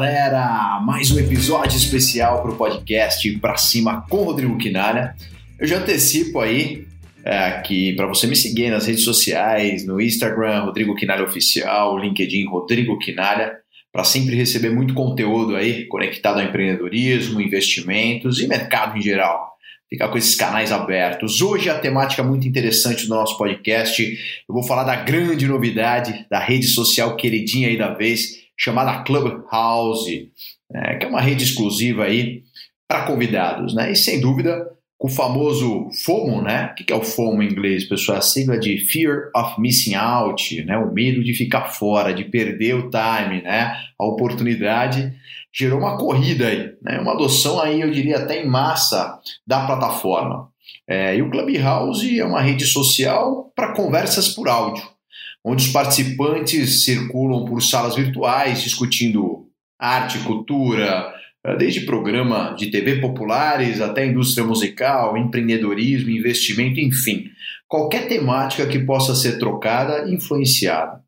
galera, mais um episódio especial para o podcast Pra Cima com Rodrigo Quinalha. Eu já antecipo aí que para você me seguir nas redes sociais, no Instagram, Rodrigo Quinalha Oficial, LinkedIn, Rodrigo Quinalha, para sempre receber muito conteúdo aí conectado ao empreendedorismo, investimentos e mercado em geral. Ficar com esses canais abertos. Hoje a temática muito interessante do nosso podcast. Eu vou falar da grande novidade da rede social queridinha aí da vez, chamada Clubhouse, que é uma rede exclusiva aí para convidados, né? E sem dúvida, com o famoso FOMO, né? O que é o FOMO em inglês, pessoal? A sigla de Fear of Missing Out, né? O medo de ficar fora, de perder o time, né? A oportunidade gerou uma corrida aí, né? Uma adoção aí, eu diria até em massa da plataforma. E o Clubhouse é uma rede social para conversas por áudio, onde os participantes circulam por salas virtuais discutindo arte, cultura, desde programa de TV populares até indústria musical, empreendedorismo, investimento, enfim, qualquer temática que possa ser trocada e influenciada.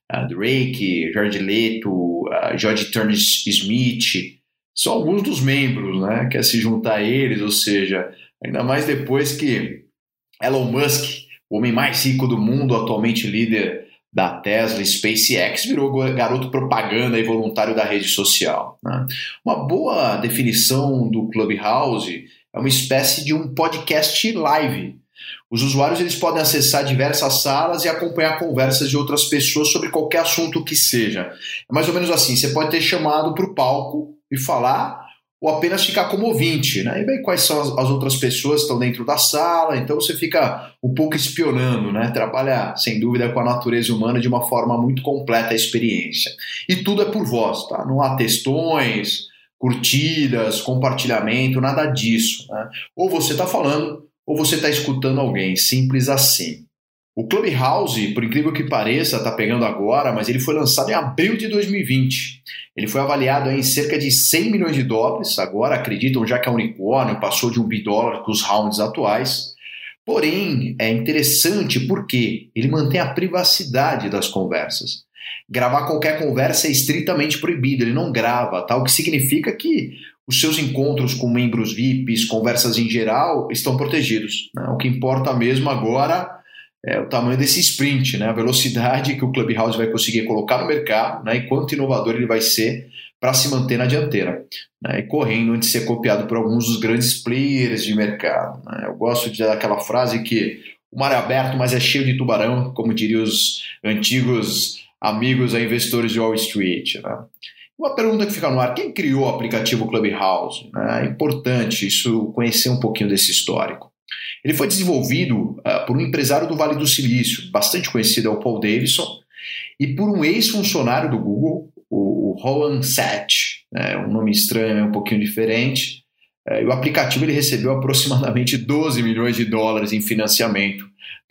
Drake, Jared Leto, George Turner Smith, são alguns dos membros, né? Quer se juntar a eles, ou seja, ainda mais depois que Elon Musk, o homem mais rico do mundo, atualmente líder da Tesla, SpaceX, virou garoto propaganda e voluntário da rede social, né? Uma boa definição do Clubhouse é uma espécie de um podcast live. Os usuários eles podem acessar diversas salas e acompanhar conversas de outras pessoas sobre qualquer assunto que seja. É mais ou menos assim, você pode ter chamado para o palco e falar, ou apenas ficar como ouvinte, né? E ver quais são as outras pessoas que estão dentro da sala, então você fica um pouco espionando, né? Trabalha, sem dúvida, com a natureza humana de uma forma muito completa a experiência. E tudo é por voz, tá? Não há textões, curtidas, compartilhamento, nada disso, né? Ou você está falando, ou você está escutando alguém, simples assim. O Clubhouse, por incrível que pareça, está pegando agora, mas ele foi lançado em abril de 2020. Ele foi avaliado em cerca de 100 milhões de dólares, agora acreditam já que é unicórnio, passou de $1 bilhão com os rounds atuais. Porém, é interessante porque ele mantém a privacidade das conversas. Gravar qualquer conversa é estritamente proibido, ele não grava, tá? O que significa que os seus encontros com membros VIPs, conversas em geral, estão protegidos, né? O que importa mesmo agora é o tamanho desse sprint, né? A velocidade que o Clubhouse vai conseguir colocar no mercado, né? E quanto inovador ele vai ser para se manter na dianteira, né? E correndo antes de ser copiado por alguns dos grandes players de mercado, né? Eu gosto de dar aquela frase que o mar é aberto, mas é cheio de tubarão, como diriam os antigos amigos a investidores de Wall Street, né? Uma pergunta que fica no ar: quem criou o aplicativo Clubhouse? É importante isso, conhecer um pouquinho desse histórico. Ele foi desenvolvido por um empresário do Vale do Silício, bastante conhecido, é o Paul Davidson, e por um ex-funcionário do Google, o Rohan Seth, um nome estranho, um pouquinho diferente. E o aplicativo ele recebeu aproximadamente $12 milhões em financiamento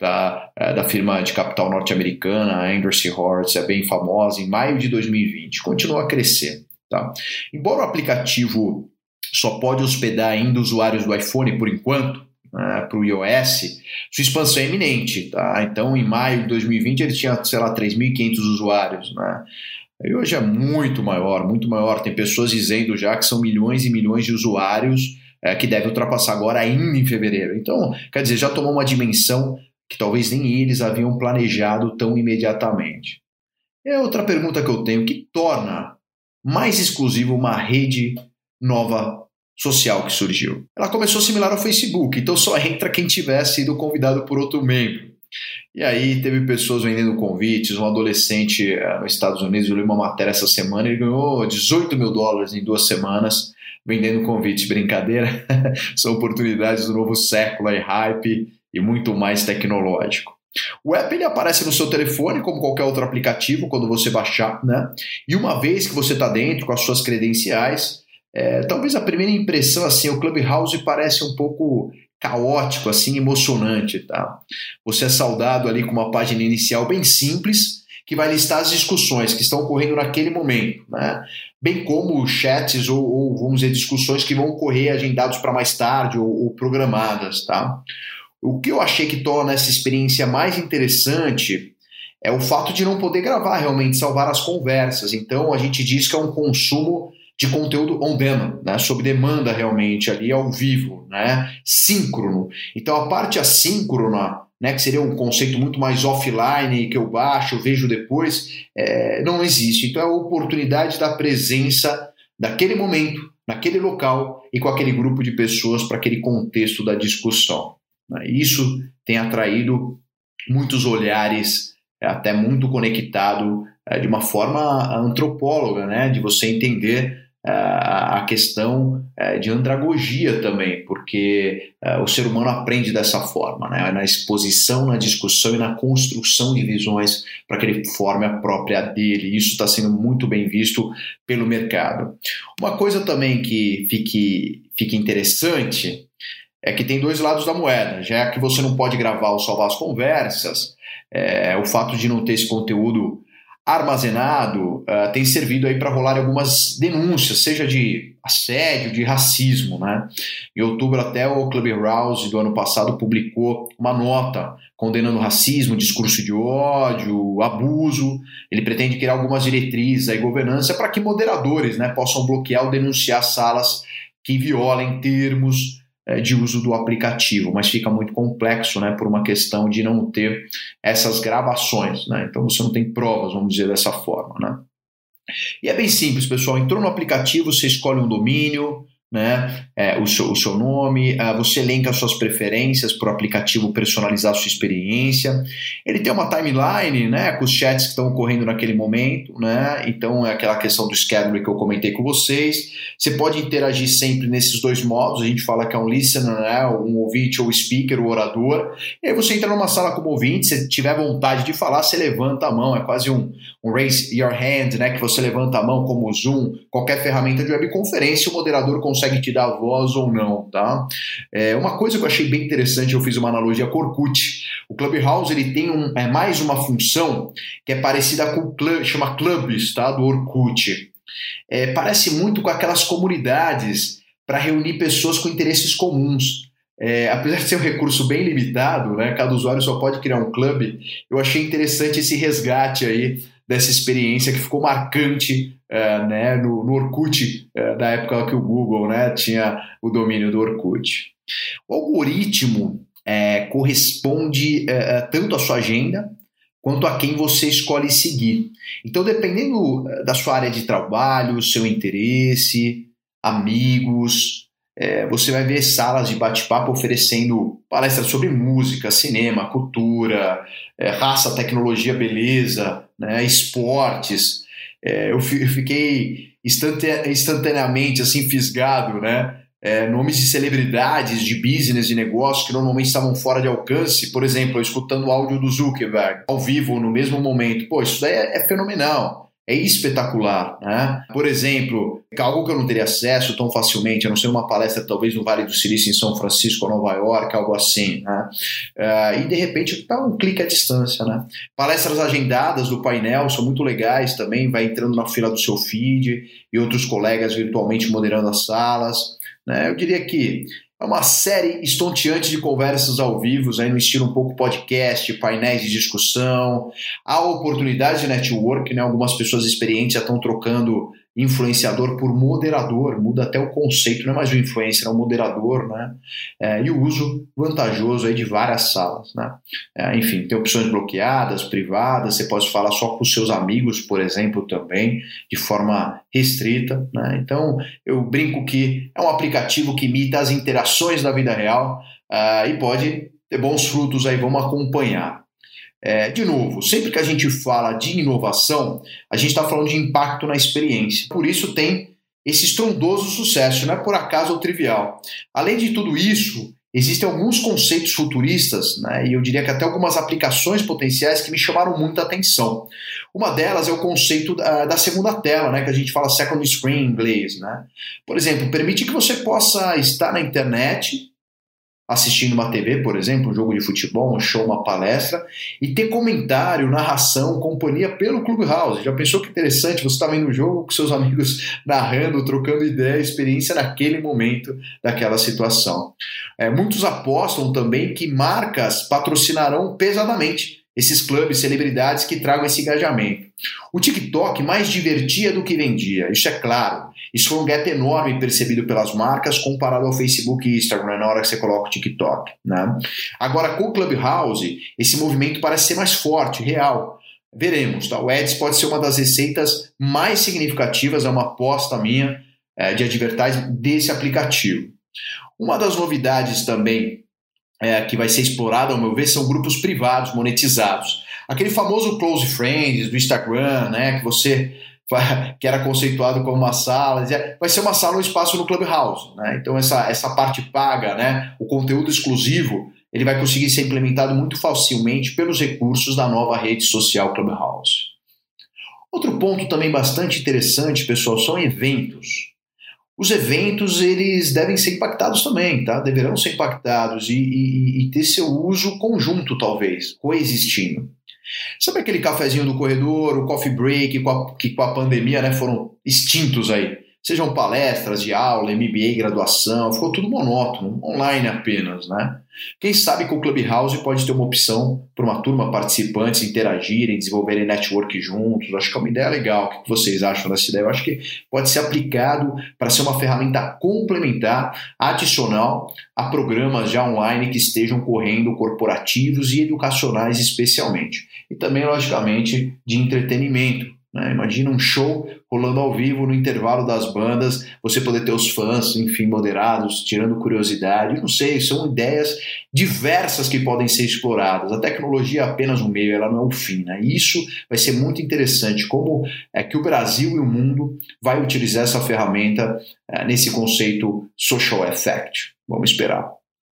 da firma de capital norte-americana, Andreessen Horowitz, é bem famosa, em maio de 2020. Continua a crescer, tá? Embora o aplicativo só pode hospedar ainda usuários do iPhone por enquanto, para o iOS, sua expansão é iminente, tá? Então, em maio de 2020, ele tinha, 3.500 usuários, né? E hoje é muito maior. Tem pessoas dizendo já que são milhões e milhões de usuários que deve ultrapassar agora ainda em fevereiro. Então, quer dizer, já tomou uma dimensão que talvez nem eles haviam planejado tão imediatamente. E outra pergunta que eu tenho: o que torna mais exclusivo uma rede nova social que surgiu? Ela começou similar ao Facebook, então só entra quem tiver sido convidado por outro membro. E aí teve pessoas vendendo convites. Um adolescente nos Estados Unidos, eu li uma matéria essa semana, ele ganhou $18 mil em 2 semanas vendendo convites. Brincadeira? São oportunidades do novo século, aí, hype e muito mais tecnológico. O app ele aparece no seu telefone como qualquer outro aplicativo quando você baixar, né? E uma vez que você está dentro com as suas credenciais, talvez a primeira impressão, assim, o Clubhouse parece um pouco caótico, assim, emocionante, tá? Você é saudado ali com uma página inicial bem simples, que vai listar as discussões que estão ocorrendo naquele momento, né? Bem como chats ou vamos dizer, discussões que vão ocorrer agendados para mais tarde ou programadas, tá? O que eu achei que torna essa experiência mais interessante é o fato de não poder gravar realmente, salvar as conversas. Então a gente diz que é um consumo de conteúdo on demand, né, sob demanda realmente ali ao vivo, né, síncrono. Então a parte assíncrona, né, que seria um conceito muito mais offline, que eu baixo, eu vejo depois, não existe. Então é a oportunidade da presença daquele momento, naquele local e com aquele grupo de pessoas para aquele contexto da discussão. Né. Isso tem atraído muitos olhares, até muito conectado de uma forma antropóloga, né, de você entender a questão de andragogia também, porque o ser humano aprende dessa forma, né? Na exposição, na discussão e na construção de visões para que ele forme a própria dele. Isso está sendo muito bem visto pelo mercado. Uma coisa também que fique interessante é que tem dois lados da moeda. Já que você não pode gravar ou salvar as conversas, o fato de não ter esse conteúdo armazenado tem servido aí para rolar algumas denúncias, seja de assédio, de racismo, né? Em outubro até o Clubhouse do ano passado publicou uma nota condenando racismo, discurso de ódio, abuso. Ele pretende criar algumas diretrizes e governança para que moderadores, né, possam bloquear ou denunciar salas que violem termos de uso do aplicativo, mas fica muito complexo, né, por uma questão de não ter essas gravações, né? Então você não tem provas, vamos dizer dessa forma, né? E é bem simples, pessoal. Entrou no aplicativo, você escolhe um domínio, né, o seu nome, você elenca as suas preferências para o aplicativo personalizar a sua experiência. Ele tem uma timeline, né, com os chats que estão ocorrendo naquele momento, né? Então é aquela questão do schedule que eu comentei com vocês. Você pode interagir sempre nesses dois modos. A gente fala que é um listener, né, um ouvinte ou speaker, o orador. E aí você entra numa sala como ouvinte, se tiver vontade de falar, você levanta a mão. É quase um raise your hand, né, que você levanta a mão como o Zoom, qualquer ferramenta de webconferência, o moderador consegue te dar voz ou não, tá? Uma coisa que eu achei bem interessante, eu fiz uma analogia com o Orkut. O Clubhouse, ele tem mais uma função que é parecida com o chama Clubs, tá? Do Orkut. Parece muito com aquelas comunidades para reunir pessoas com interesses comuns. Apesar de ser um recurso bem limitado, né, cada usuário só pode criar um clube, eu achei interessante esse resgate aí dessa experiência que ficou marcante né, no Orkut, da época que o Google, né, tinha o domínio do Orkut. O algoritmo corresponde tanto à sua agenda quanto a quem você escolhe seguir. Então, dependendo da sua área de trabalho, seu interesse, amigos, você vai ver salas de bate-papo oferecendo palestras sobre música, cinema, cultura, raça, tecnologia, beleza, né, esportes. Eu fiquei instantaneamente assim, fisgado, né? Nomes de celebridades, de business, de negócios que normalmente estavam fora de alcance. Por exemplo, eu escutando o áudio do Zuckerberg ao vivo no mesmo momento. Pô, isso daí é fenomenal. É espetacular, né? Por exemplo, algo que eu não teria acesso tão facilmente, a não ser uma palestra talvez no Vale do Silício em São Francisco ou Nova York, algo assim, né? E de repente está um clique à distância, né? Palestras agendadas do painel são muito legais também, vai entrando na fila do seu feed e outros colegas virtualmente moderando as salas, né? Eu diria que é uma série estonteante de conversas ao vivo, aí no estilo um pouco podcast, painéis de discussão, há oportunidades de network, né? Algumas pessoas experientes já estão trocando influenciador por moderador, muda até o conceito, não é mais o influencer, é o moderador, né? E o uso vantajoso aí de várias salas, né? Enfim, tem opções bloqueadas, privadas, você pode falar só com seus amigos, por exemplo, também, de forma restrita, né? Então, eu brinco que é um aplicativo que imita as interações da vida real e pode ter bons frutos aí, vamos acompanhar. De novo, sempre que a gente fala de inovação, a gente está falando de impacto na experiência. Por isso tem esse estrondoso sucesso, não é por acaso ou trivial. Além de tudo isso, existem alguns conceitos futuristas, né, e eu diria que até algumas aplicações potenciais que me chamaram muita atenção. Uma delas é o conceito da segunda tela, né, que a gente fala second screen em inglês, né? Por exemplo, permite que você possa estar na internet assistindo uma TV, por exemplo, um jogo de futebol, um show, uma palestra, e ter comentário, narração, companhia pelo Clubhouse. Já pensou que interessante? Você está vendo o jogo com seus amigos narrando, trocando ideia, experiência naquele momento daquela situação. Muitos apostam também que marcas patrocinarão pesadamente esses clubes, celebridades que tragam esse engajamento. O TikTok mais divertia do que vendia, isso é claro. Isso foi um gap enorme percebido pelas marcas comparado ao Facebook e Instagram na hora que você coloca o TikTok, né? Agora, com o Clubhouse, esse movimento parece ser mais forte, real. Veremos, tá? O Ads pode ser uma das receitas mais significativas, é uma aposta minha de advertising desse aplicativo. Uma das novidades também que vai ser explorada, ao meu ver, são grupos privados monetizados. Aquele famoso Close Friends do Instagram, né, que era conceituado como uma sala, vai ser uma sala, um espaço no Clubhouse, né? Então essa parte paga, né, o conteúdo exclusivo, ele vai conseguir ser implementado muito facilmente pelos recursos da nova rede social Clubhouse. Outro ponto também bastante interessante, pessoal, são eventos. Os eventos, eles devem ser impactados também, tá? Deverão ser impactados e ter seu uso conjunto, talvez, coexistindo. Sabe aquele cafezinho do corredor, o coffee break, que com a pandemia, né, foram extintos aí? Sejam palestras de aula, MBA, graduação, ficou tudo monótono, online apenas, né? Quem sabe com o Clubhouse pode ter uma opção para uma turma participantes interagirem, desenvolverem network juntos. Acho que é uma ideia legal. O que vocês acham dessa ideia? Eu acho que pode ser aplicado para ser uma ferramenta complementar, adicional a programas já online que estejam correndo, corporativos e educacionais especialmente. E também, logicamente, de entretenimento. Imagina um show rolando ao vivo no intervalo das bandas, você poder ter os fãs, enfim, moderados, tirando curiosidade. Não sei, são ideias diversas que podem ser exploradas. A tecnologia é apenas um meio, ela não é o fim, né? E isso vai ser muito interessante, como é que o Brasil e o mundo vai utilizar essa ferramenta nesse conceito social effect. Vamos esperar.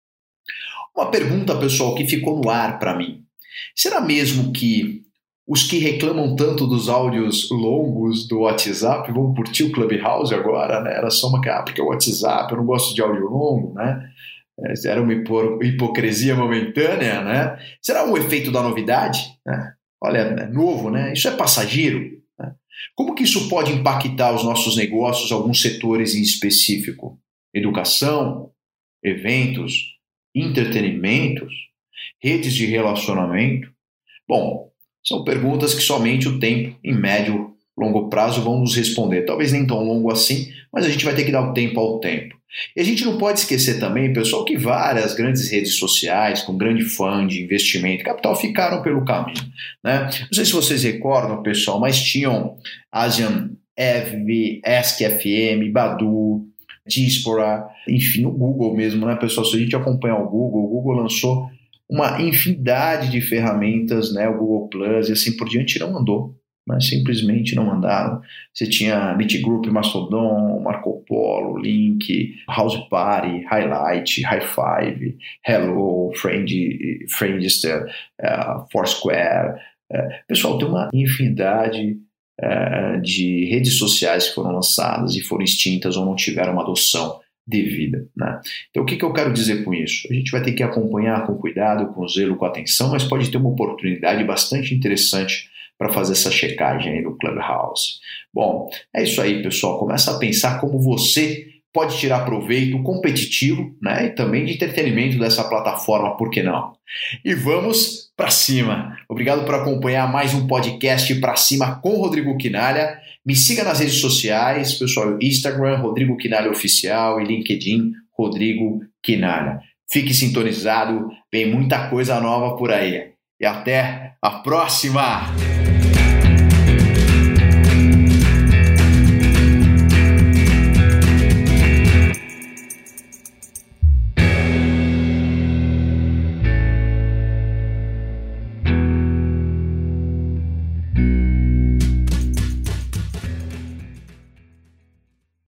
Uma pergunta, pessoal, que ficou no ar para mim. Será mesmo que os que reclamam tanto dos áudios longos do WhatsApp vão curtir o Clubhouse agora, né? Era só porque é o WhatsApp, eu não gosto de áudio longo, né? Era uma hipocrisia momentânea, né? Será o efeito da novidade? Olha, é novo, né? Isso é passageiro, né? Como que isso pode impactar os nossos negócios, alguns setores em específico? Educação, eventos, entretenimentos, redes de relacionamento? Bom, são perguntas que somente o tempo, em médio, longo prazo, vão nos responder. Talvez nem tão longo assim, mas a gente vai ter que dar o tempo ao tempo. E a gente não pode esquecer também, pessoal, que várias grandes redes sociais, com grande fundo, investimento, capital, ficaram pelo caminho, né? Não sei se vocês recordam, pessoal, mas tinham Asian FB, Ask FM, Badu, Diaspora, enfim, o Google mesmo, né, pessoal? Se a gente acompanhar o Google lançou uma infinidade de ferramentas, né, o Google Plus e assim por diante, não andou, mas simplesmente não andaram. Você tinha Meet Group, Mastodon, Marco Polo, Link, House Party, Highlight, High Five, Hello, Friendster, Foursquare. Pessoal, tem uma infinidade de redes sociais que foram lançadas e foram extintas ou não tiveram uma adoção devida, né? Então, o que eu quero dizer com isso? A gente vai ter que acompanhar com cuidado, com zelo, com atenção, mas pode ter uma oportunidade bastante interessante para fazer essa checagem aí no Clubhouse. Bom, é isso aí, pessoal. Começa a pensar como você pode tirar proveito competitivo, né, e também de entretenimento dessa plataforma, por que não? E vamos para cima. Obrigado por acompanhar mais um podcast Pra Cima com Rodrigo Quinalha. Me siga nas redes sociais, pessoal, Instagram, Rodrigo Quinalha Oficial e LinkedIn, Rodrigo Quinalha. Fique sintonizado, vem muita coisa nova por aí. E até a próxima!